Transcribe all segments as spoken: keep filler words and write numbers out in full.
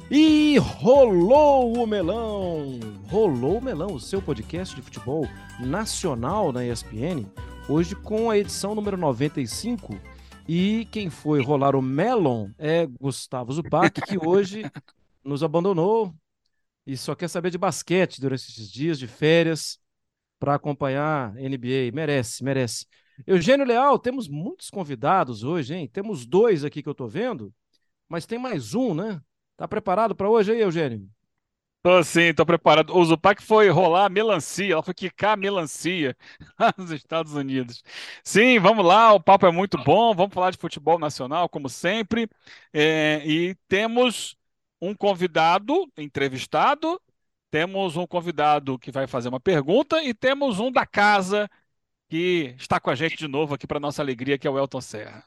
E rolou o melão! Rolou o melão, o seu podcast de futebol nacional na E S P N, hoje com a edição número noventa e cinco. E quem foi rolar o melon é Gustavo Zupac, que hoje nos abandonou e só quer saber de basquete durante esses dias de férias para acompanhar N B A. Merece, merece. Eugênio Leal, temos muitos convidados hoje, hein? Temos dois aqui que eu tô vendo, mas tem mais um, né? Tá preparado para hoje aí, Eugênio? Tô sim, tô preparado. O Zupac foi rolar a melancia, ela foi quicar a melancia lá nos Estados Unidos. Sim, vamos lá, o papo é muito bom, vamos falar de futebol nacional, como sempre. É, e temos um convidado entrevistado, temos um convidado que vai fazer uma pergunta e temos um da casa que está com a gente de novo aqui para nossa alegria, que é o Elton Serra.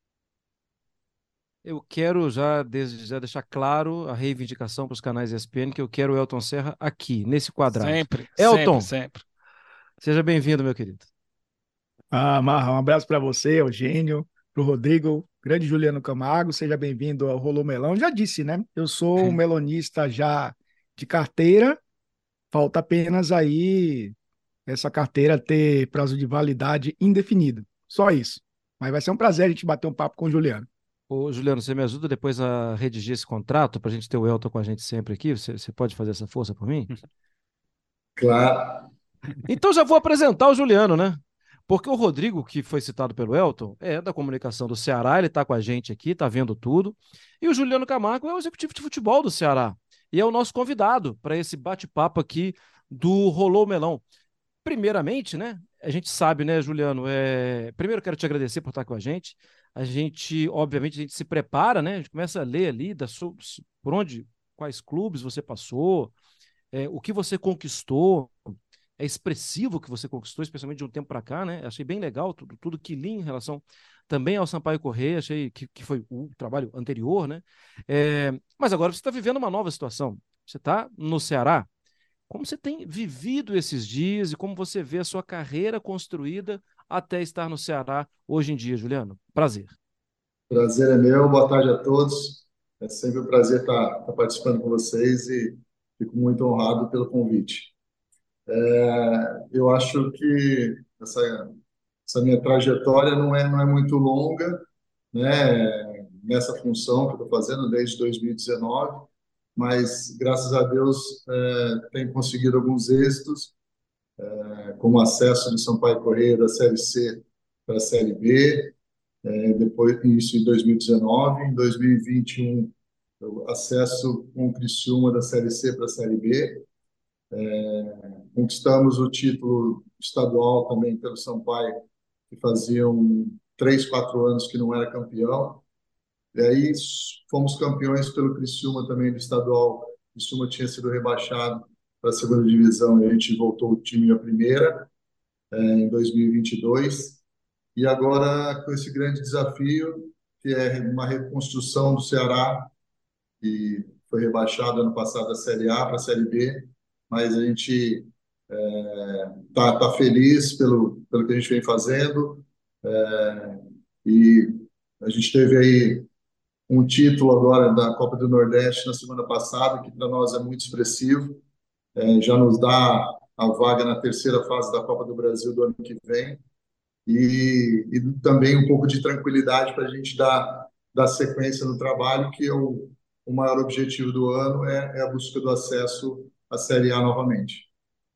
Eu quero já, desde já deixar claro a reivindicação para os canais E S P N que eu quero o Elton Serra aqui, nesse quadrado. Sempre, sempre, Elton, sempre. seja bem-vindo, meu querido. Ah, Marra, um abraço para você, Eugênio, para o Rodrigo, grande Juliano Camargo, seja bem-vindo ao Rolô Melão. Já disse, né? Eu sou um melonista já de carteira, falta apenas aí essa carteira ter prazo de validade indefinido. Só isso. Mas vai ser um prazer a gente bater um papo com o Juliano. Ô, Juliano, você me ajuda depois a redigir esse contrato para a gente ter o Elton com a gente sempre aqui? Você, você pode fazer essa força por mim? Claro. Então já vou apresentar o Juliano, né? Porque o Rodrigo, que foi citado pelo Elton, é da comunicação do Ceará, ele está com a gente aqui, está vendo tudo. E o Juliano Camargo é o executivo de futebol do Ceará. E é o nosso convidado para esse bate-papo aqui do Rolou Melão. Primeiramente, né? A gente sabe, né, Juliano? É... Primeiro, quero te agradecer por estar com a gente. A gente, obviamente, a gente se prepara, né? A gente começa a ler ali da su... por onde, quais clubes você passou, é, o que você conquistou. É expressivo o que você conquistou, especialmente de um tempo para cá, né? Achei bem legal tudo, tudo que li em relação também ao Sampaio Corrêa, achei que, que foi o trabalho anterior, né? É... Mas agora você está vivendo uma nova situação. Você está no Ceará. Como você tem vivido esses dias e como você vê a sua carreira construída até estar no Ceará hoje em dia, Juliano? Prazer. Prazer é meu, boa tarde a todos. É sempre um prazer estar, estar participando com vocês e fico muito honrado pelo convite. É, eu acho que essa, essa minha trajetória não é, não é muito longa, né, nessa função que eu estou fazendo desde dois mil e dezenove, mas graças a Deus é, tenho conseguido alguns êxitos, é, como acesso do Sampaio Corrêa da Série C para a Série B. É, depois, isso em dois mil e dezenove. Em dois mil e vinte e um, eu acesso com o Criciúma da Série C para a Série B. Conquistamos o título estadual também pelo Sampaio, que faziam três, quatro anos que não era campeão. E aí fomos campeões pelo Criciúma também do estadual. O Criciúma tinha sido rebaixado para a segunda divisão e a gente voltou o time à primeira, é, em dois mil e vinte e dois. E agora com esse grande desafio, que é uma reconstrução do Ceará, que foi rebaixado ano passado da Série A para a Série B, mas a gente está tá feliz pelo, pelo que a gente vem fazendo, e a gente teve aí um título agora da Copa do Nordeste na semana passada, que para nós é muito expressivo, é, já nos dá a vaga na terceira fase da Copa do Brasil do ano que vem, e, e também um pouco de tranquilidade para a gente dar, dar sequência no trabalho, que é o, o maior objetivo do ano é, é a busca do acesso à Série A novamente.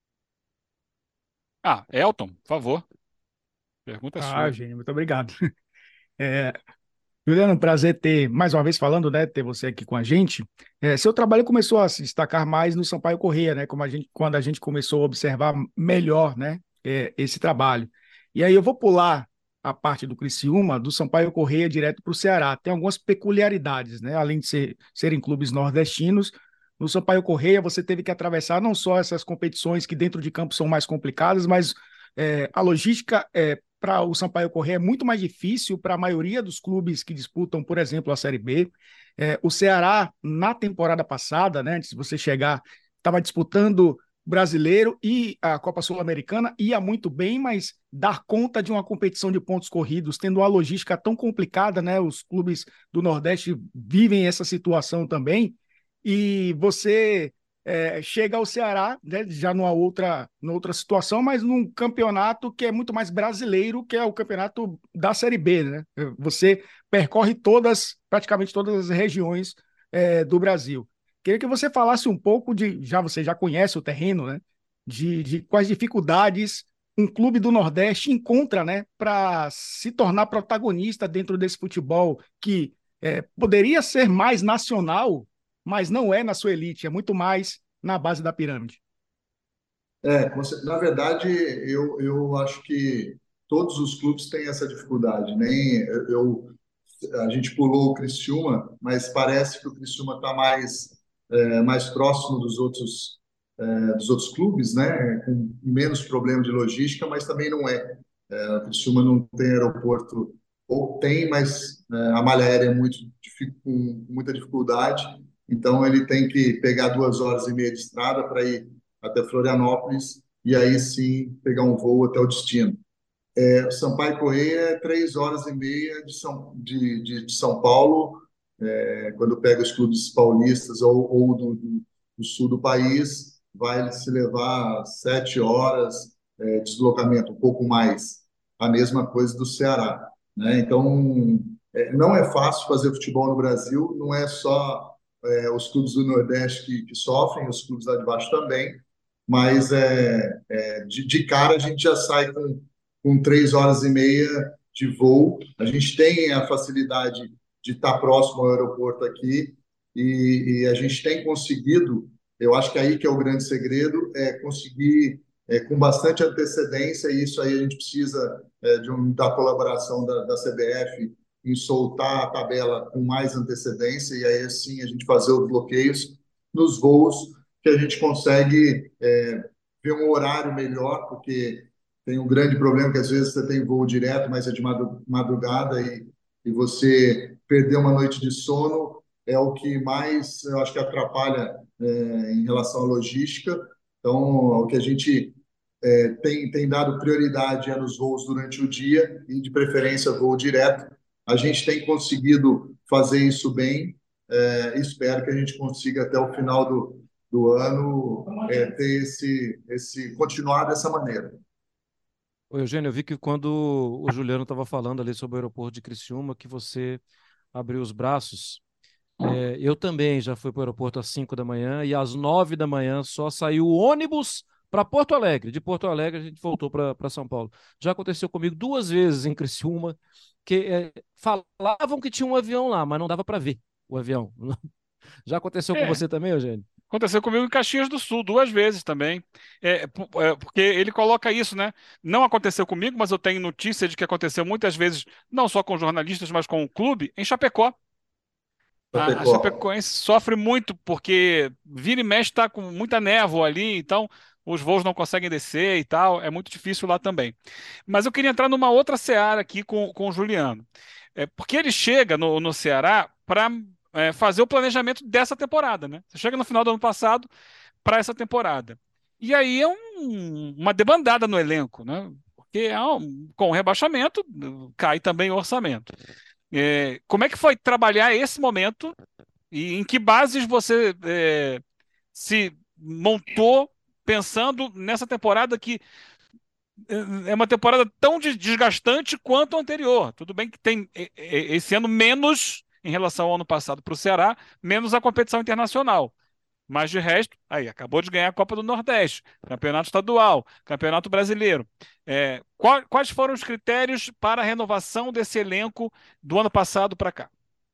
Ah, Elton, por favor, pergunta é Ah, sua. Eugênio, muito obrigado. É, Juliano, prazer ter, mais uma vez falando, né, ter você aqui com a gente. É, seu trabalho começou a se destacar mais no Sampaio Corrêa, né, como a gente, quando a gente começou a observar melhor, né, é, esse trabalho. E aí eu vou pular a parte do Criciúma, do Sampaio Corrêa direto para o Ceará. Tem algumas peculiaridades, né, além de ser, serem clubes nordestinos. No Sampaio Corrêa você teve que atravessar não só essas competições que dentro de campo são mais complicadas, mas é, a logística é, para o Sampaio Corrêa é muito mais difícil para a maioria dos clubes que disputam, por exemplo, a Série B. É, o Ceará, na temporada passada, né, antes de você chegar, estava disputando Brasileiro e a Copa Sul-Americana, ia muito bem, mas dar conta de uma competição de pontos corridos, tendo uma logística tão complicada, né, os clubes do Nordeste vivem essa situação também, e você é, chega ao Ceará, né, já numa outra, numa outra situação, mas num campeonato que é muito mais brasileiro, que é o campeonato da Série B, né? Você percorre todas, praticamente todas as regiões é, do Brasil. Queria que você falasse um pouco de, já você já conhece o terreno, né? De, de quais dificuldades um clube do Nordeste encontra, né, para se tornar protagonista dentro desse futebol que é, poderia ser mais nacional, mas não é na sua elite, é muito mais na base da pirâmide. É, você- na verdade, eu, eu acho que todos os clubes têm essa dificuldade. Nem eu, a gente pulou o Criciúma, mas parece que o Criciúma está mais, é, mais próximo dos outros, é, dos outros clubes, né? Com menos problema de logística, mas também não é. É, o Criciúma não tem aeroporto, ou tem, mas é, a malha aérea é muito, difi- com muita dificuldade, então ele tem que pegar duas horas e meia de estrada para ir até Florianópolis e aí sim pegar um voo até o destino. É, Sampaio Corrêa é três horas e meia de São, de, de, de São Paulo, é, quando pega os clubes paulistas ou, ou do, do, do sul do país, vai se levar sete horas é, de deslocamento, um pouco mais. A mesma coisa do Ceará, né? Então, é, não é fácil fazer futebol no Brasil, não é só é, os clubes do Nordeste que, que sofrem, os clubes lá de baixo também, mas é, é, de, de cara a gente já sai com, com três horas e meia de voo. A gente tem a facilidade de estar próximo ao aeroporto aqui e, e a gente tem conseguido, eu acho que aí que é o grande segredo, é conseguir é, com bastante antecedência, e isso aí a gente precisa é, de um, da colaboração da, da C B F em soltar a tabela com mais antecedência e aí assim a gente fazer os bloqueios nos voos que a gente consegue é, ver um horário melhor, porque tem um grande problema que às vezes você tem voo direto, mas é de madrugada e, e você perder uma noite de sono é o que mais eu acho que atrapalha é, em relação à logística. Então, o que a gente é, tem, tem dado prioridade é nos voos durante o dia e, de preferência, voo direto. A gente tem conseguido fazer isso bem. É, espero que a gente consiga até o final do, do ano é, ter esse, esse continuar dessa maneira. Ô, Eugênio, eu vi que quando o Juliano estava falando ali sobre o aeroporto de Criciúma, que você abriu os braços. É, eu também já fui para o aeroporto às cinco da manhã e às nove da manhã só saiu o ônibus para Porto Alegre. De Porto Alegre a gente voltou para São Paulo. Já aconteceu comigo duas vezes em Criciúma, que é, falavam que tinha um avião lá, mas não dava para ver o avião. Já aconteceu com É, você também, Eugênio? aconteceu comigo em Caxias do Sul duas vezes também. É, pu- é, porque ele coloca isso, né? Não aconteceu comigo, mas eu tenho notícia de que aconteceu muitas vezes, não só com jornalistas, mas com o clube, em Chapecó. A, a Chapecó. Chapecoense sofre muito porque vira e mexe está com muita névoa ali, então os voos não conseguem descer e tal, é muito difícil lá também. Mas eu queria entrar numa outra seara aqui com, com o Juliano. É, porque ele chega no, no Ceará para fazer o planejamento dessa temporada, né? Você chega no final do ano passado para essa temporada. E aí é um- uma debandada no elenco, né? Porque é um- com o rebaixamento cai também o orçamento. É, como é que foi trabalhar esse momento e em que bases você é, se montou pensando nessa temporada que é é uma temporada tão de- desgastante quanto a anterior? Tudo bem que tem é, é, esse ano menos em relação ao ano passado para o Ceará, menos a competição internacional. Mas de resto, aí, acabou de ganhar a Copa do Nordeste, Campeonato Estadual, Campeonato Brasileiro. É, qual- quais foram os critérios para a renovação desse elenco do ano passado para cá?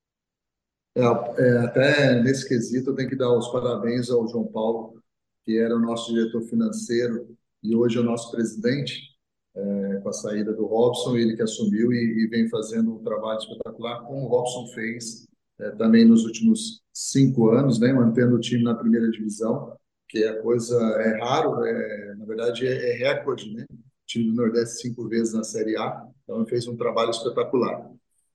É, é, até nesse quesito, eu tenho que dar os parabéns ao João Paulo, que era o nosso diretor financeiro e hoje é o nosso presidente, é, com a saída do Robson, ele que assumiu e, e vem fazendo um trabalho espetacular, como o Robson fez é, também nos últimos cinco anos, né, mantendo o time na primeira divisão, que é coisa, é raro, é, na verdade é, é recorde, né? O time do Nordeste cinco vezes na Série A, então ele fez um trabalho espetacular.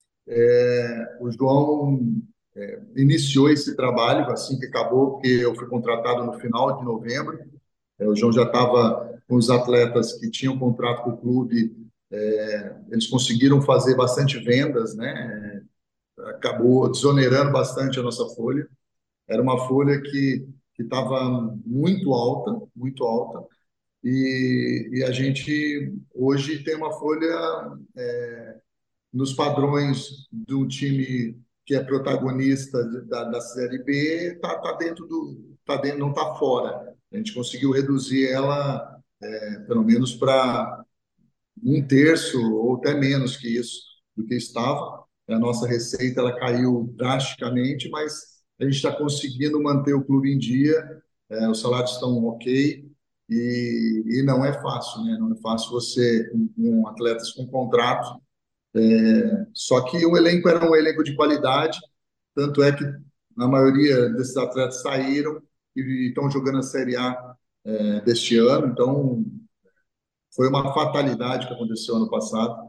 É, o João é, iniciou esse trabalho assim que acabou, porque eu fui contratado no final de novembro. É, o João já estava com os atletas que tinham contrato com o clube, é, eles conseguiram fazer bastante vendas, né? Acabou desonerando bastante a nossa folha. era uma folha que que estava muito alta, muito alta, e, e a gente hoje tem uma folha nos padrões de um time que é protagonista da, da Série B, tá, tá dentro do, tá dentro, não está fora. A gente conseguiu reduzir ela, é, pelo menos para um terço ou até menos que isso do que estava. A nossa receita ela caiu drasticamente, mas a gente está conseguindo manter o clube em dia. É, os salários estão ok e, e não é fácil, né? Não é fácil você com, com atletas com contrato. Só que o elenco era um elenco de qualidade, tanto é que a maioria desses atletas saíram e estão jogando a Série A é, deste ano. Então, foi uma fatalidade que aconteceu ano passado,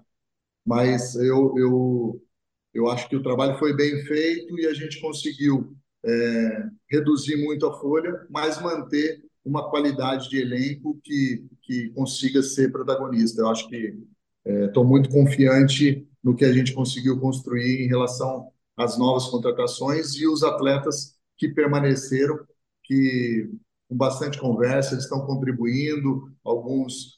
mas eu, eu, eu acho que o trabalho foi bem feito e a gente conseguiu é, reduzir muito a folha, mas manter uma qualidade de elenco que, que consiga ser protagonista. Eu acho que estou muito confiante no que a gente conseguiu construir em relação às novas contratações e os atletas que permaneceram, que com bastante conversa, eles estão contribuindo, alguns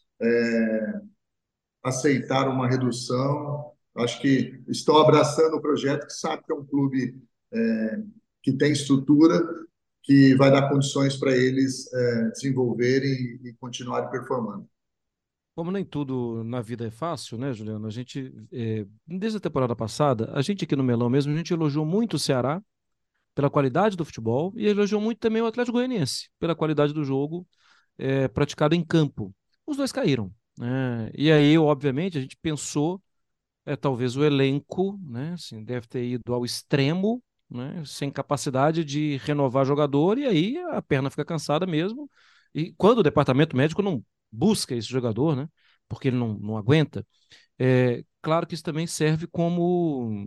é, aceitaram uma redução, acho que estão abraçando o projeto, que sabe que é um clube é, que tem estrutura, que vai dar condições para eles é, desenvolverem e, e continuarem performando. Como nem tudo na vida é fácil, né, Juliano? A gente, eh, desde a temporada passada, a gente aqui no Melão mesmo, a gente elogiou muito o Ceará pela qualidade do futebol e elogiou muito também o Atlético Goianiense pela qualidade do jogo eh, praticado em campo. Os dois caíram, né? E aí, obviamente, a gente pensou, é, talvez o elenco, né, assim, deve ter ido ao extremo, né, sem capacidade de renovar jogador e aí a perna fica cansada mesmo. E quando o departamento médico não busca esse jogador, né, porque ele não, não aguenta, é claro que isso também serve como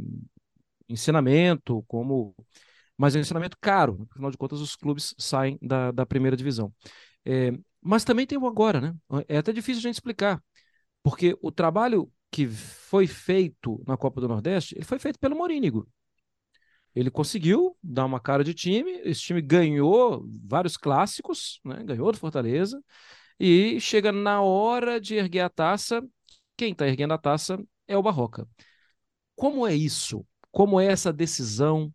ensinamento, como mas é um ensinamento caro, afinal de contas, os clubes saem da, da primeira divisão. É, mas também tem o agora, né? É até difícil a gente explicar, porque o trabalho que foi feito na Copa do Nordeste, ele foi feito pelo Morínigo. Ele conseguiu dar uma cara de time, esse time ganhou vários clássicos, né? Ganhou do Fortaleza, e chega na hora de erguer a taça, quem está erguendo a taça é o Barroca. Como é isso? Como é essa decisão?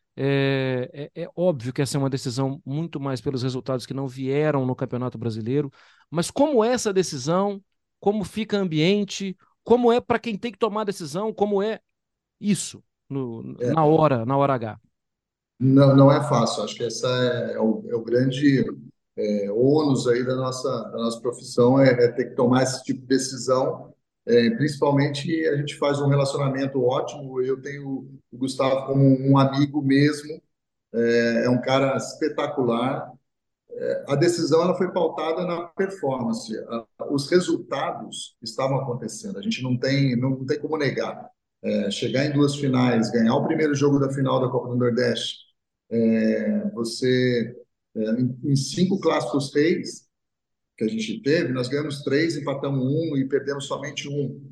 É, é, é óbvio que essa é uma decisão muito mais pelos resultados que não vieram no Campeonato Brasileiro, mas como é essa decisão, como fica o ambiente, como é para quem tem que tomar a decisão, como é isso no- na É, hora, na hora H. não, não é fácil. Acho que essa é, é o, é o grande é, ônus aí da nossa, da nossa profissão é, é ter que tomar esse tipo de decisão. É, principalmente a gente faz um relacionamento ótimo. Eu tenho o Gustavo como um amigo mesmo. É, é um cara espetacular. A decisão ela foi pautada na performance. A- Os resultados estavam acontecendo. A gente não tem, não tem como negar. É, chegar em duas finais, ganhar o primeiro jogo da final da Copa do Nordeste, é, você é, em, em cinco clássicos reis que a gente teve, nós ganhamos três, empatamos um e perdemos somente um.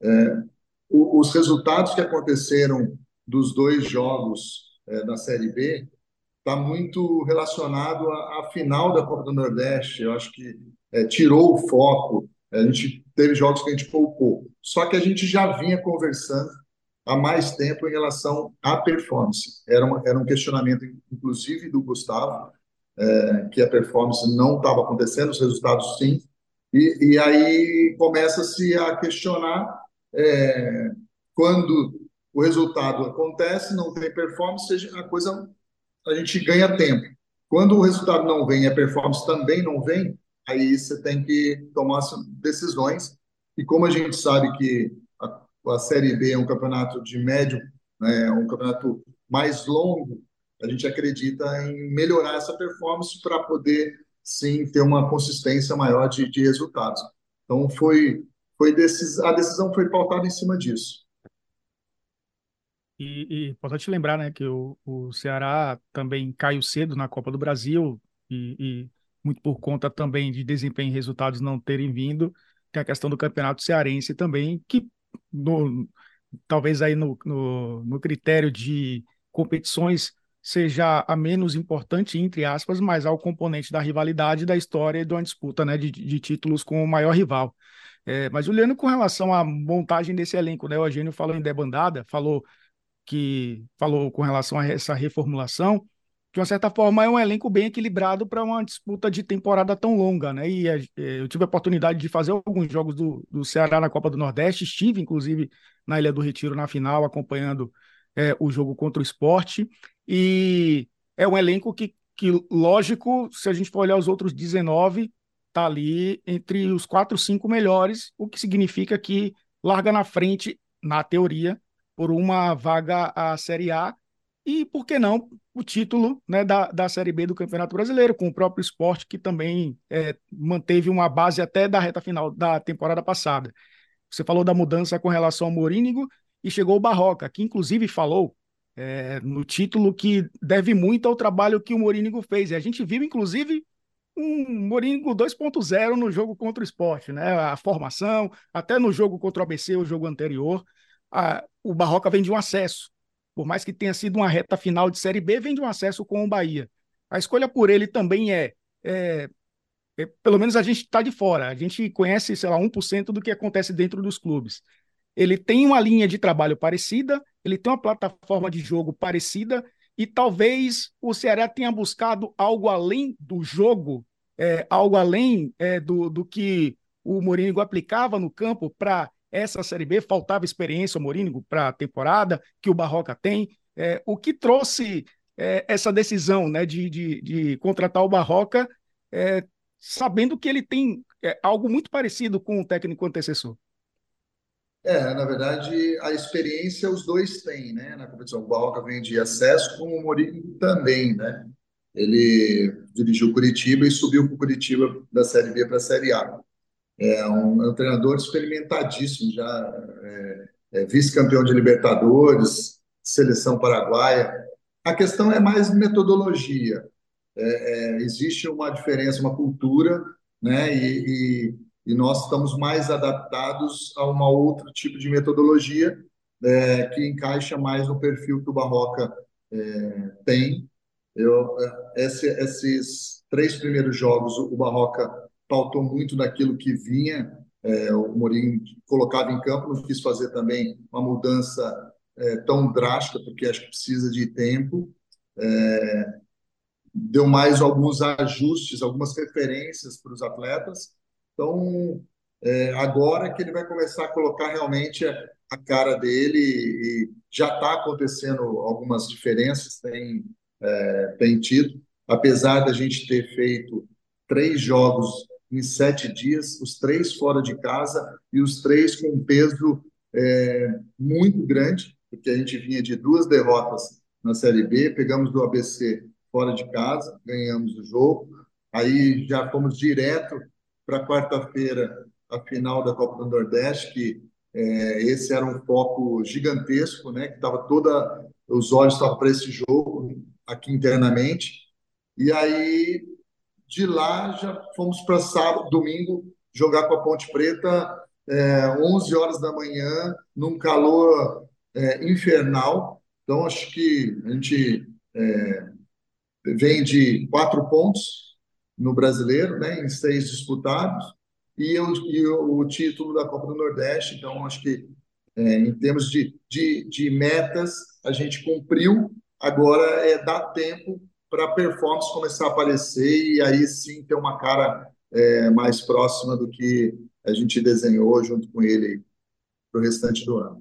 O- os resultados que aconteceram dos dois jogos é, da Série B está muito relacionado à, à final da Copa do Nordeste. Eu acho que é, tirou o foco. A gente teve jogos que a gente poupou. Só que a gente já vinha conversando há mais tempo em relação à performance. Era, uma, era um questionamento, inclusive, do Gustavo, é, que a performance não estava acontecendo, os resultados sim. E, e aí começa-se a questionar é, quando o resultado acontece, não tem performance, a coisa a gente ganha tempo. Quando o resultado não vem e a performance também não vem, aí você tem que tomar decisões. E como a gente sabe que a, a Série B é um campeonato de médio, né, é um campeonato mais longo, a gente acredita em melhorar essa performance para poder, sim, ter uma consistência maior de, de resultados. Então, foi, foi decis, a decisão foi pautada em cima disso. E, e importante lembrar, né, que o, o Ceará também caiu cedo na Copa do Brasil e, e muito por conta também de desempenho e resultados não terem vindo, tem a questão do Campeonato Cearense também, que no, talvez aí no, no, no critério de competições seja a menos importante, entre aspas, mas há o componente da rivalidade, da história e de uma disputa, né, de, de títulos com o maior rival. É, mas, Juliano, com relação à montagem desse elenco, né, o Eugênio falou em debandada, falou que falou com relação a essa reformulação, de uma certa forma é um elenco bem equilibrado para uma disputa de temporada tão longa, né? E é, eu tive a oportunidade de fazer alguns jogos do, do Ceará na Copa do Nordeste, estive inclusive na Ilha do Retiro na final, acompanhando é, o jogo contra o Sport, e é um elenco que, que, lógico, se a gente for olhar os outros dezenove, está ali entre os quatro, cinco melhores, o que significa que larga na frente, na teoria, por uma vaga à Série A e, por que não, o título, né, da, da Série B do Campeonato Brasileiro, com o próprio Sport, que também é, manteve uma base até da reta final da temporada passada. Você falou da mudança com relação ao Morínigo e chegou o Barroca, que inclusive falou é, no título que deve muito ao trabalho que o Morínigo fez. E a gente viu, inclusive, um Morínigo dois ponto zero no jogo contra o Sport, né? A formação, até no jogo contra o A B C, o jogo anterior. A, o Barroca vem de um acesso. Por mais que tenha sido uma reta final de Série B, vem de um acesso com o Bahia. A escolha por ele também é, é, é pelo menos a gente está de fora, a gente conhece, sei lá, um por cento do que acontece dentro dos clubes. Ele tem uma linha de trabalho parecida, ele tem uma plataforma de jogo parecida, e talvez o Ceará tenha buscado algo além do jogo, é, algo além é, do, do que o Morínigo aplicava no campo para essa Série B. Faltava experiência ao Morínigo para a temporada, que o Barroca tem. É, o que trouxe é, essa decisão, né, de, de, de contratar o Barroca, é, sabendo que ele tem é, algo muito parecido com o técnico antecessor? É, na verdade, a experiência os dois têm, né, na competição. O Barroca vem de acesso, como o Mourinho também, né? Ele dirigiu Curitiba e subiu para o Curitiba da Série B para a Série A. É um, é um treinador experimentadíssimo, já é, é vice-campeão de Libertadores, seleção paraguaia. A questão é mais metodologia. É, é, existe uma diferença, uma cultura, né? E, e, e nós estamos mais adaptados a uma outro tipo de metodologia é, que encaixa mais no perfil que o Barroca é, tem. Eu, é, esse, esses três primeiros jogos, o Barroca pautou muito daquilo que vinha, é, o Mourinho colocava em campo, não quis fazer também uma mudança é, tão drástica, porque acho que precisa de tempo. É, deu mais alguns ajustes, algumas referências para os atletas. Então, é, agora que ele vai começar a colocar realmente a, a cara dele, e já está acontecendo algumas diferenças, tem, é, tem tido, apesar da gente ter feito três jogos em sete dias, os três fora de casa e os três com um peso é, muito grande, porque a gente vinha de duas derrotas na Série B, pegamos do A B C fora de casa, ganhamos o jogo, aí já fomos direto para quarta-feira, a final da Copa do Nordeste, que é, esse era um foco gigantesco, né, que estava toda, os olhos estavam para esse jogo aqui internamente, e aí de lá já fomos para sábado, domingo, jogar com a Ponte Preta, é, onze horas da manhã, num calor é, infernal. Então, acho que a gente é, vem de quatro pontos no Brasileiro, né, em seis disputados, e o, e o título da Copa do Nordeste. Então, acho que é, em termos de, de, de metas, a gente cumpriu. Agora é dar tempo para a performance começar a aparecer e aí sim ter uma cara é, mais próxima do que a gente desenhou junto com ele para o restante do ano.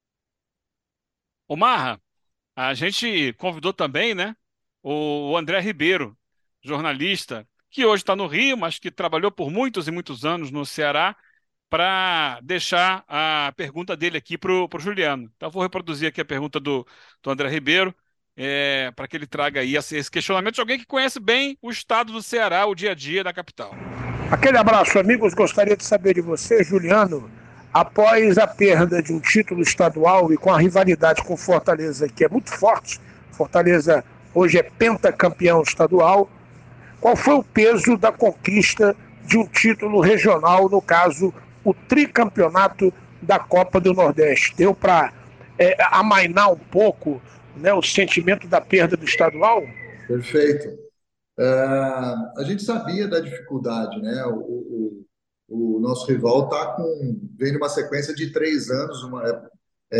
Ô Marra, a gente convidou também, né, o André Ribeiro, jornalista, que hoje está no Rio, mas que trabalhou por muitos e muitos anos no Ceará, para deixar a pergunta dele aqui para o Juliano. Então, vou reproduzir aqui a pergunta do, do André Ribeiro, é, para que ele traga aí esse questionamento de alguém que conhece bem o estado do Ceará, o dia a dia da capital. Aquele abraço, amigos. Gostaria de saber de você, Juliano, após a perda de um título estadual e com a rivalidade com Fortaleza, que é muito forte, Fortaleza hoje é pentacampeão estadual, qual foi o peso da conquista de um título regional, no caso, o tricampeonato da Copa do Nordeste? Deu para é, amainar um pouco né, o sentimento da perda do estadual? Perfeito. É, a gente sabia da dificuldade, né? O, o, o nosso rival tá com, vem numa sequência de três anos, uma,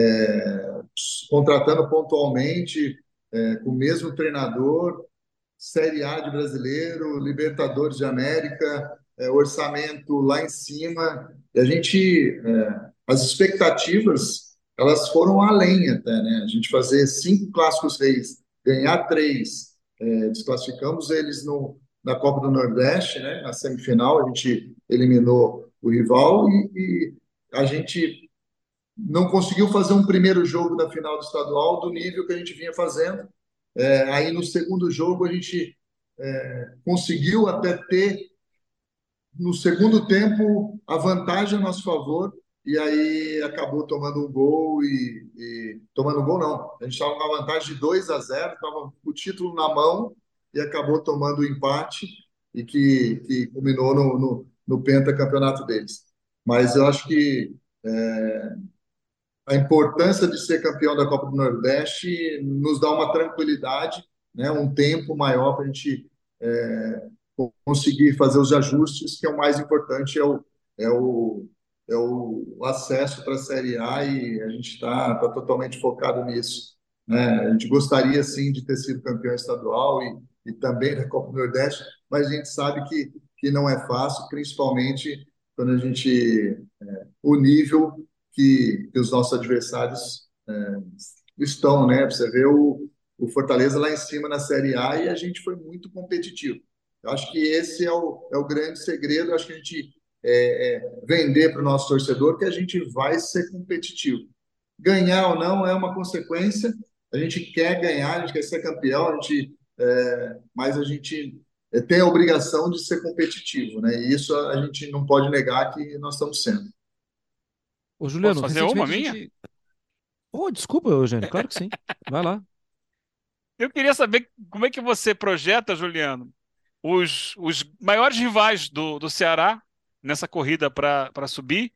é, contratando pontualmente, é, com o mesmo treinador, Série A de brasileiro, Libertadores de América, é, orçamento lá em cima. E a gente, é, as expectativas, elas foram além até, né? A gente fazer cinco clássicos reis, ganhar três, é, desclassificamos eles no, na Copa do Nordeste, né? Na semifinal, a gente eliminou o rival e, e a gente não conseguiu fazer um primeiro jogo da final do estadual do nível que a gente vinha fazendo. É, aí no segundo jogo a gente é, conseguiu até ter no segundo tempo a vantagem a nosso favor e aí acabou tomando um gol e, e tomando um gol não. A gente estava com uma vantagem de dois a zero, estava com o título na mão e acabou tomando o empate e que, que culminou no, no, no pentacampeonato deles. Mas eu acho que é, a importância de ser campeão da Copa do Nordeste nos dá uma tranquilidade, né, um tempo maior para a gente é, conseguir fazer os ajustes, que é o mais importante, é o, é o, é o acesso para a Série A e a gente está tá totalmente focado nisso. Né? A gente gostaria, sim, de ter sido campeão estadual e, e também da Copa do Nordeste, mas a gente sabe que, que não é fácil, principalmente quando a gente... É, o nível que, que os nossos adversários é, estão, né? Você vê o, o Fortaleza lá em cima na Série A e a gente foi muito competitivo. Eu acho que esse é o, é o grande segredo. Eu acho que a gente é, é, vender para o nosso torcedor que a gente vai ser competitivo. Ganhar ou não é uma consequência. A gente quer ganhar, a gente quer ser campeão, a gente, é, mas a gente é, tem a obrigação de ser competitivo, né? E isso a gente não pode negar que nós estamos sendo. Ô, Posso Juliano, fazer uma recentemente a minha? gente. Oh, desculpa, Eugênio, claro que sim. Vai lá. Eu queria saber como é que você projeta, Juliano, os, os maiores rivais do, do Ceará nessa corrida para para subir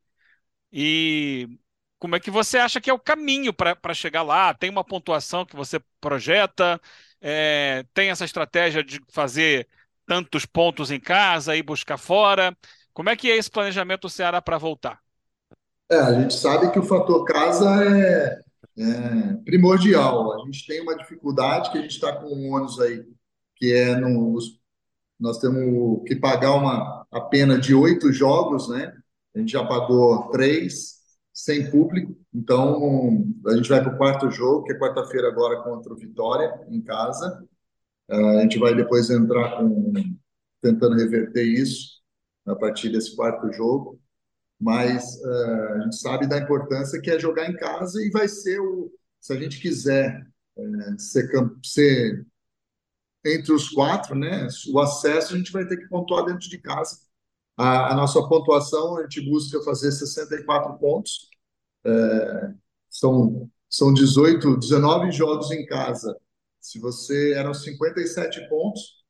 e como é que você acha que é o caminho para para chegar lá? Tem uma pontuação que você projeta? É, tem essa estratégia de fazer tantos pontos em casa e buscar fora? Como é que é esse planejamento do Ceará para voltar? É, a gente sabe que o fator casa é, é primordial. A gente tem uma dificuldade que a gente está com um ônus aí, que é nos, nós temos que pagar uma, a pena de oito jogos, né? A gente já pagou três sem público, então a gente vai para o quarto jogo, que é quarta-feira agora contra o Vitória, em casa. A gente vai depois entrar com, tentando reverter isso a partir desse quarto jogo, mas uh, a gente sabe da importância que é jogar em casa e vai ser o, se a gente quiser uh, ser, ser entre os quatro, né, o acesso a gente vai ter que pontuar dentro de casa. A, a nossa pontuação, a gente busca fazer sessenta e quatro pontos, uh, são, são dezoito, dezenove jogos em casa. Se você eram cinquenta e sete pontos,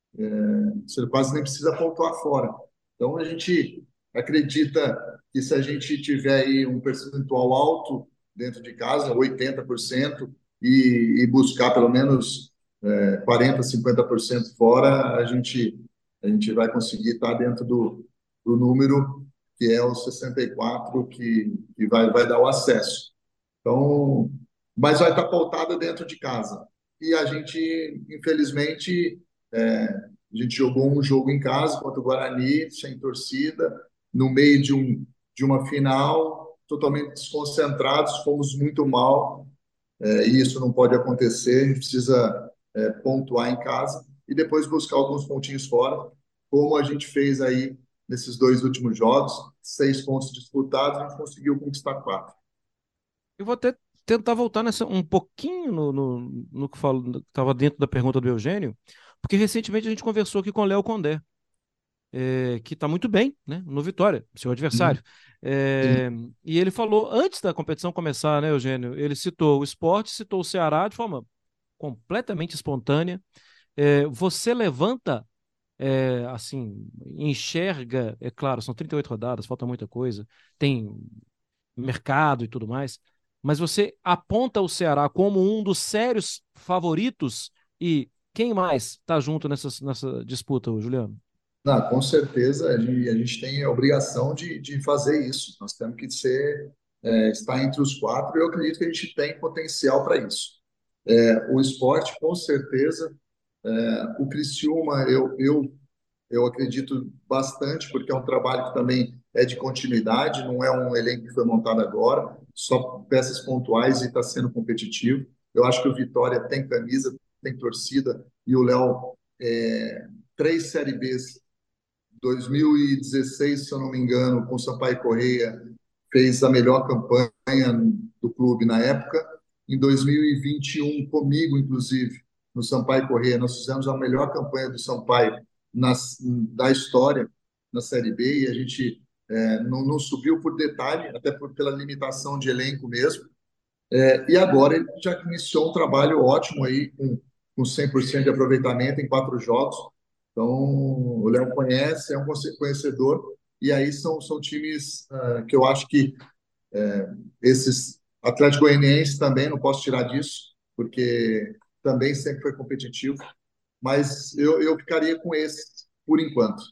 você quase nem precisa pontuar fora. Então, a gente acredita que se a gente tiver aí um percentual alto dentro de casa, oitenta por cento, e, e buscar pelo menos é, quarenta por cento, cinquenta por cento fora, a gente, a gente vai conseguir estar dentro do, do número que é o sessenta e quatro, que, que vai, vai dar o acesso. Então, mas vai estar pautada dentro de casa. E a gente, infelizmente, é, a gente jogou um jogo em casa contra o Guarani, sem torcida, no meio de, um, de uma final, totalmente desconcentrados, fomos muito mal, é, e isso não pode acontecer, a gente precisa é, pontuar em casa e depois buscar alguns pontinhos fora, como a gente fez aí nesses dois últimos jogos, seis pontos disputados, a gente conseguiu conquistar quatro. Eu vou até tentar voltar nessa um pouquinho no, no, no que estava dentro da pergunta do Eugênio, porque recentemente a gente conversou aqui com o Léo Condé, é, que está muito bem, né, no Vitória, seu adversário. Sim, É, sim. e ele falou, antes da competição começar, né, Eugênio, ele citou o esporte, citou o Ceará de forma completamente espontânea. É, você levanta, é, assim, enxerga, é claro, são trinta e oito rodadas, falta muita coisa, tem mercado e tudo mais, mas você aponta o Ceará como um dos sérios favoritos e quem mais está junto nessa, nessa disputa, Juliano? Não, com certeza, a gente, a gente tem a obrigação de, de fazer isso. Nós temos que ser, é, estar entre os quatro, e eu acredito que a gente tem potencial para isso. É, o esporte, com certeza, é, o Criciúma, eu, eu, eu acredito bastante, porque é um trabalho que também é de continuidade, não é um elenco que foi montado agora, só peças pontuais e está sendo competitivo. Eu acho que o Vitória tem camisa, tem torcida, e o Léo, é, três Série Bs dois mil e dezesseis, se eu não me engano, com o Sampaio Corrêa, fez a melhor campanha do clube na época. Em dois mil e vinte e um, comigo, inclusive, no Sampaio Corrêa, nós fizemos a melhor campanha do Sampaio nas, da história na Série B, e a gente é, não, não subiu por detalhe, até por, pela limitação de elenco mesmo. É, e agora ele já iniciou um trabalho ótimo aí, com, com cem por cento de aproveitamento em quatro jogos. Então, o Léo conhece, é um conhecedor, e aí são, são times uh, que eu acho que uh, esses Atlético Goianiense também, não posso tirar disso, porque também sempre foi competitivo, mas eu, eu ficaria com esses por enquanto.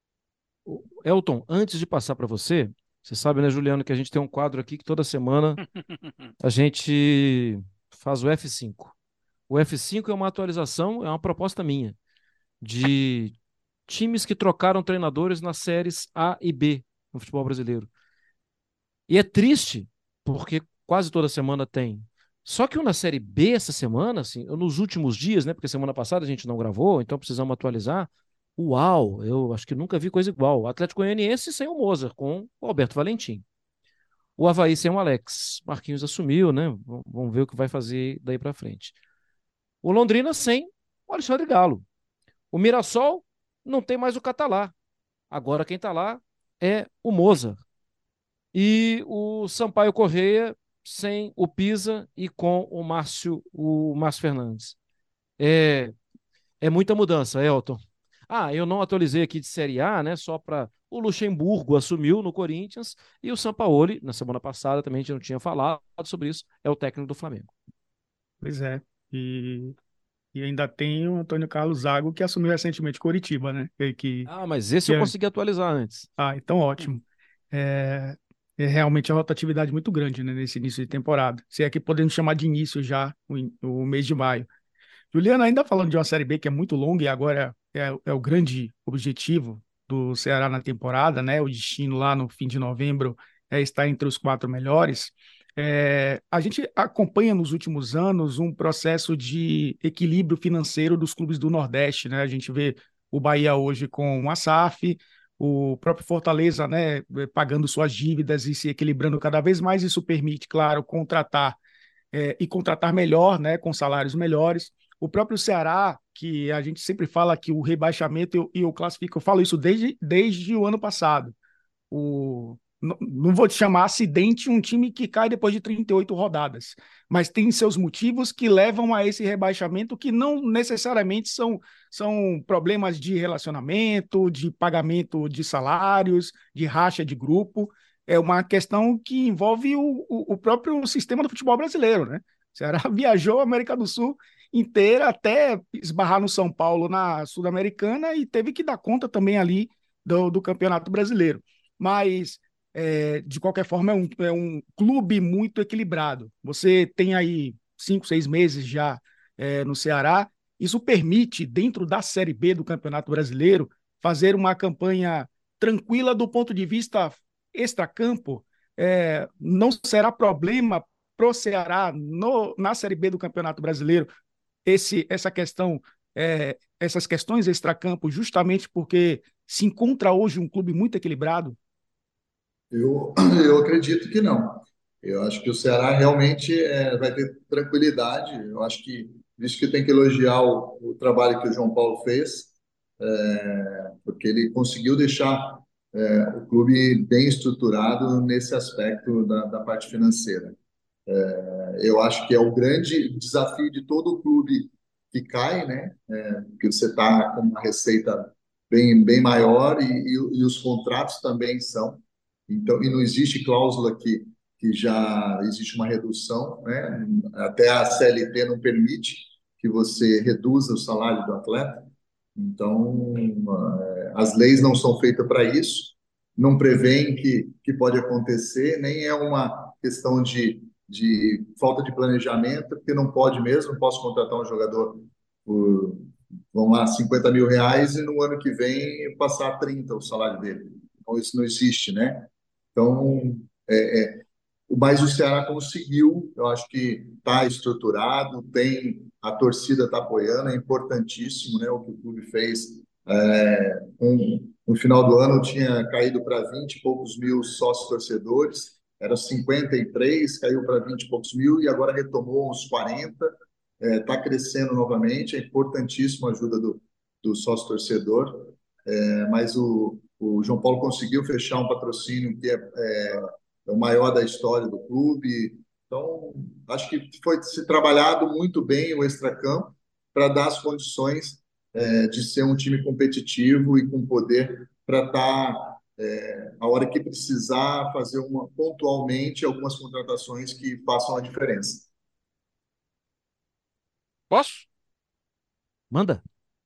Elton, antes de passar para você, você sabe, né, Juliano, que a gente tem um quadro aqui que toda semana a gente faz o F cinco. O F cinco é uma atualização, é uma proposta minha, de times que trocaram treinadores nas séries A e B no futebol brasileiro. E é triste, porque quase toda semana tem. Só que o na Série B essa semana, assim, nos últimos dias, né? Porque semana passada a gente não gravou, então precisamos atualizar. Uau, eu acho que nunca vi coisa igual. O Atlético Goianiense sem o Mozart, com o Alberto Valentim. O Avaí sem o Alex. Marquinhos assumiu, né? Vamos ver o que vai fazer daí para frente. O Londrina sem o Alexandre Galo. O Mirassol não tem mais o Catalá. Agora quem está lá é o Mozart. E o Sampaio Corrêa sem o Pisa e com o Márcio, o Márcio Fernandes. É, é muita mudança, Elton. Ah, eu não atualizei aqui de Série A, né? Só para o Luxemburgo assumiu no Corinthians e o Sampaoli, na semana passada, também a gente não tinha falado sobre isso, é o técnico do Flamengo. Pois é. E, e ainda tem o Antônio Carlos Zago, que assumiu recentemente Coritiba, né? Que, que, Ah, mas esse que eu é... consegui atualizar antes. Ah, então ótimo. É, é realmente uma rotatividade muito grande, né, nesse início de temporada. Se é que podemos chamar de início já o, o mês de maio. Juliano, ainda falando de uma Série B que é muito longa e agora é, é o grande objetivo do Ceará na temporada, né? O destino lá no fim de novembro é estar entre os quatro melhores. É, a gente acompanha nos últimos anos um processo de equilíbrio financeiro dos clubes do Nordeste, né? A gente vê o Bahia hoje com o S A F, o próprio Fortaleza, né, pagando suas dívidas e se equilibrando cada vez mais. Isso permite, claro, contratar é, e contratar melhor, né, com salários melhores. O próprio Ceará, que a gente sempre fala que o rebaixamento, eu, eu classifico, eu falo isso desde, desde o ano passado. O, não, não vou te chamar acidente um time que cai depois de trinta e oito rodadas, mas tem seus motivos que levam a esse rebaixamento, que não necessariamente são, são problemas de relacionamento, de pagamento de salários, de racha de grupo. É uma questão que envolve o, o, o próprio sistema do futebol brasileiro, né? O Ceará viajou a América do Sul inteira até esbarrar no São Paulo na Sul-Americana e teve que dar conta também ali do, do Campeonato Brasileiro. Mas, é, de qualquer forma, é um, é um clube muito equilibrado. Você tem aí cinco, seis meses já é, no Ceará. Isso permite, dentro da Série B do Campeonato Brasileiro, fazer uma campanha tranquila do ponto de vista extracampo. É, não será problema para o Ceará no, na Série B do Campeonato Brasileiro esse, essa questão, é, essas questões extracampo, justamente porque se encontra hoje um clube muito equilibrado? Eu, eu acredito que não. Eu acho que o Ceará realmente é, vai ter tranquilidade. Eu acho que isso que tem que elogiar o, o trabalho que o João Paulo fez, é, porque ele conseguiu deixar é, o clube bem estruturado nesse aspecto da, da parte financeira. Eu acho que é o grande desafio de todo clube que cai, né? É, porque você está com uma receita bem, bem maior e, e, e os contratos também são. Então, e não existe cláusula que que já existe uma redução, né? Até a C L T não permite que você reduza o salário do atleta. Então, as leis não são feitas para isso, não prevêem que, que pode acontecer, nem é uma questão de, de falta de planejamento, porque não pode mesmo, não posso contratar um jogador por, vamos lá, cinquenta mil reais e no ano que vem passar trinta o salário dele. Então, isso não existe, né? Então, é, é, mas o Ceará conseguiu, eu acho que está estruturado, tem a torcida está apoiando, é importantíssimo, né, o que o clube fez. É, um, no final do ano tinha caído para vinte e poucos mil sócios torcedores, eram cinquenta e três, caiu para vinte e poucos mil e agora retomou uns quarenta, está é, crescendo novamente, é importantíssimo a ajuda do, do sócio torcedor, é, mas o, o João Paulo conseguiu fechar um patrocínio que é, é é o maior da história do clube. Então, acho que foi se trabalhado muito bem o extracampo para dar as condições é, de ser um time competitivo e com poder para estar, é, a hora que precisar, fazer uma, pontualmente algumas contratações que façam a diferença. Posso? Manda.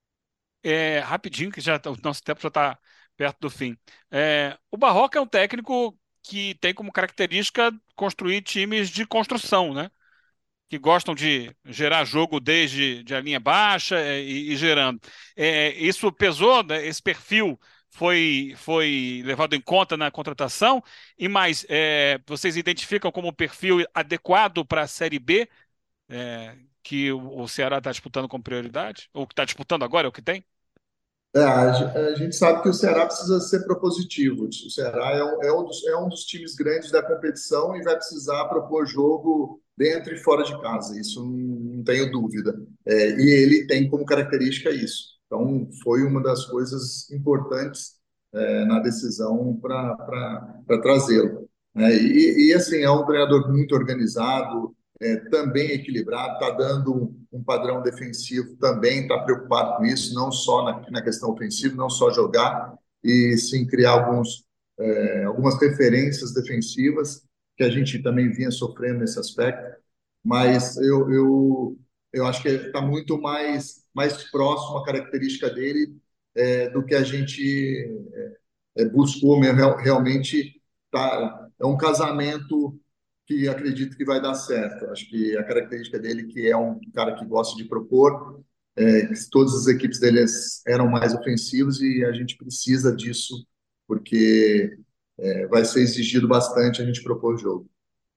É, rapidinho, que já o nosso tempo já está perto do fim. É, o Barroca é um técnico que tem como característica construir times de construção, né? Que gostam de gerar jogo desde de a linha baixa e, e gerando. É, isso pesou, né? Esse perfil foi, foi levado em conta na contratação, e mais, é, vocês identificam como perfil adequado para a Série B, é, que o, o Ceará está disputando com prioridade? Ou que está disputando agora, é o que tem? É, a gente sabe que o Ceará precisa ser propositivo. O Ceará é um, é, um dos, é um dos times grandes da competição e vai precisar propor jogo dentro e fora de casa. Isso não, não tenho dúvida. É, e ele tem como característica isso. Então, foi uma das coisas importantes é, na decisão para trazê-lo. É, e, e, assim, é um treinador muito organizado, é, também equilibrado, está dando um, um padrão defensivo, também está preocupado com isso, não só na, na questão ofensiva, não só jogar, e sim criar alguns, é, algumas referências defensivas, que a gente também vinha sofrendo nesse aspecto, mas eu, eu, eu acho que está muito mais, mais próximo a característica dele é, do que a gente é, buscou mesmo. Realmente tá, é um casamento que acredito que vai dar certo. Acho que a característica dele que é um cara que gosta de propor, é, que todas as equipes dele eram mais ofensivas e a gente precisa disso porque é, vai ser exigido bastante a gente propor o jogo.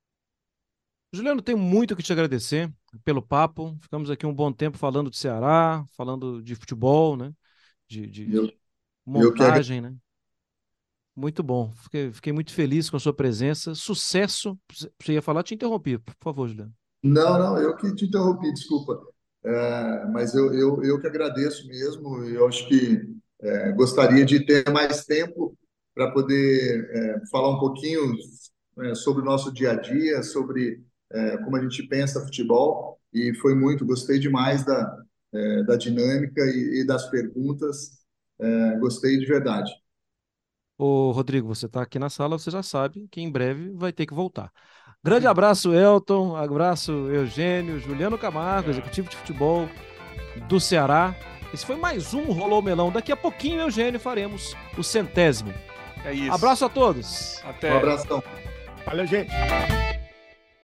Juliano, tenho muito que te agradecer pelo papo. Ficamos aqui um bom tempo falando de Ceará, falando de futebol, né? De, de eu, montagem, eu que... né? Muito bom. Fiquei, fiquei muito feliz com a sua presença. Sucesso. Você ia falar, te interrompi. Por favor, Juliano. Não, não, eu que te interrompi, desculpa. É, mas eu, eu, eu que agradeço mesmo. Eu acho que é, gostaria de ter mais tempo para poder é, falar um pouquinho é, sobre o nosso dia a dia, sobre é, como a gente pensa futebol. E foi muito, gostei demais da, é, da dinâmica e, e das perguntas. É, gostei de verdade. Ô, Rodrigo, você está aqui na sala, você já sabe que em breve vai ter que voltar. Grande abraço, Elton, abraço, Eugênio, Juliano Camargo, executivo de futebol do Ceará. Esse foi mais um Rolou Melão. Daqui a pouquinho, Eugênio, faremos o centésimo. É isso. Abraço a todos. Até. Um abração. Valeu, gente.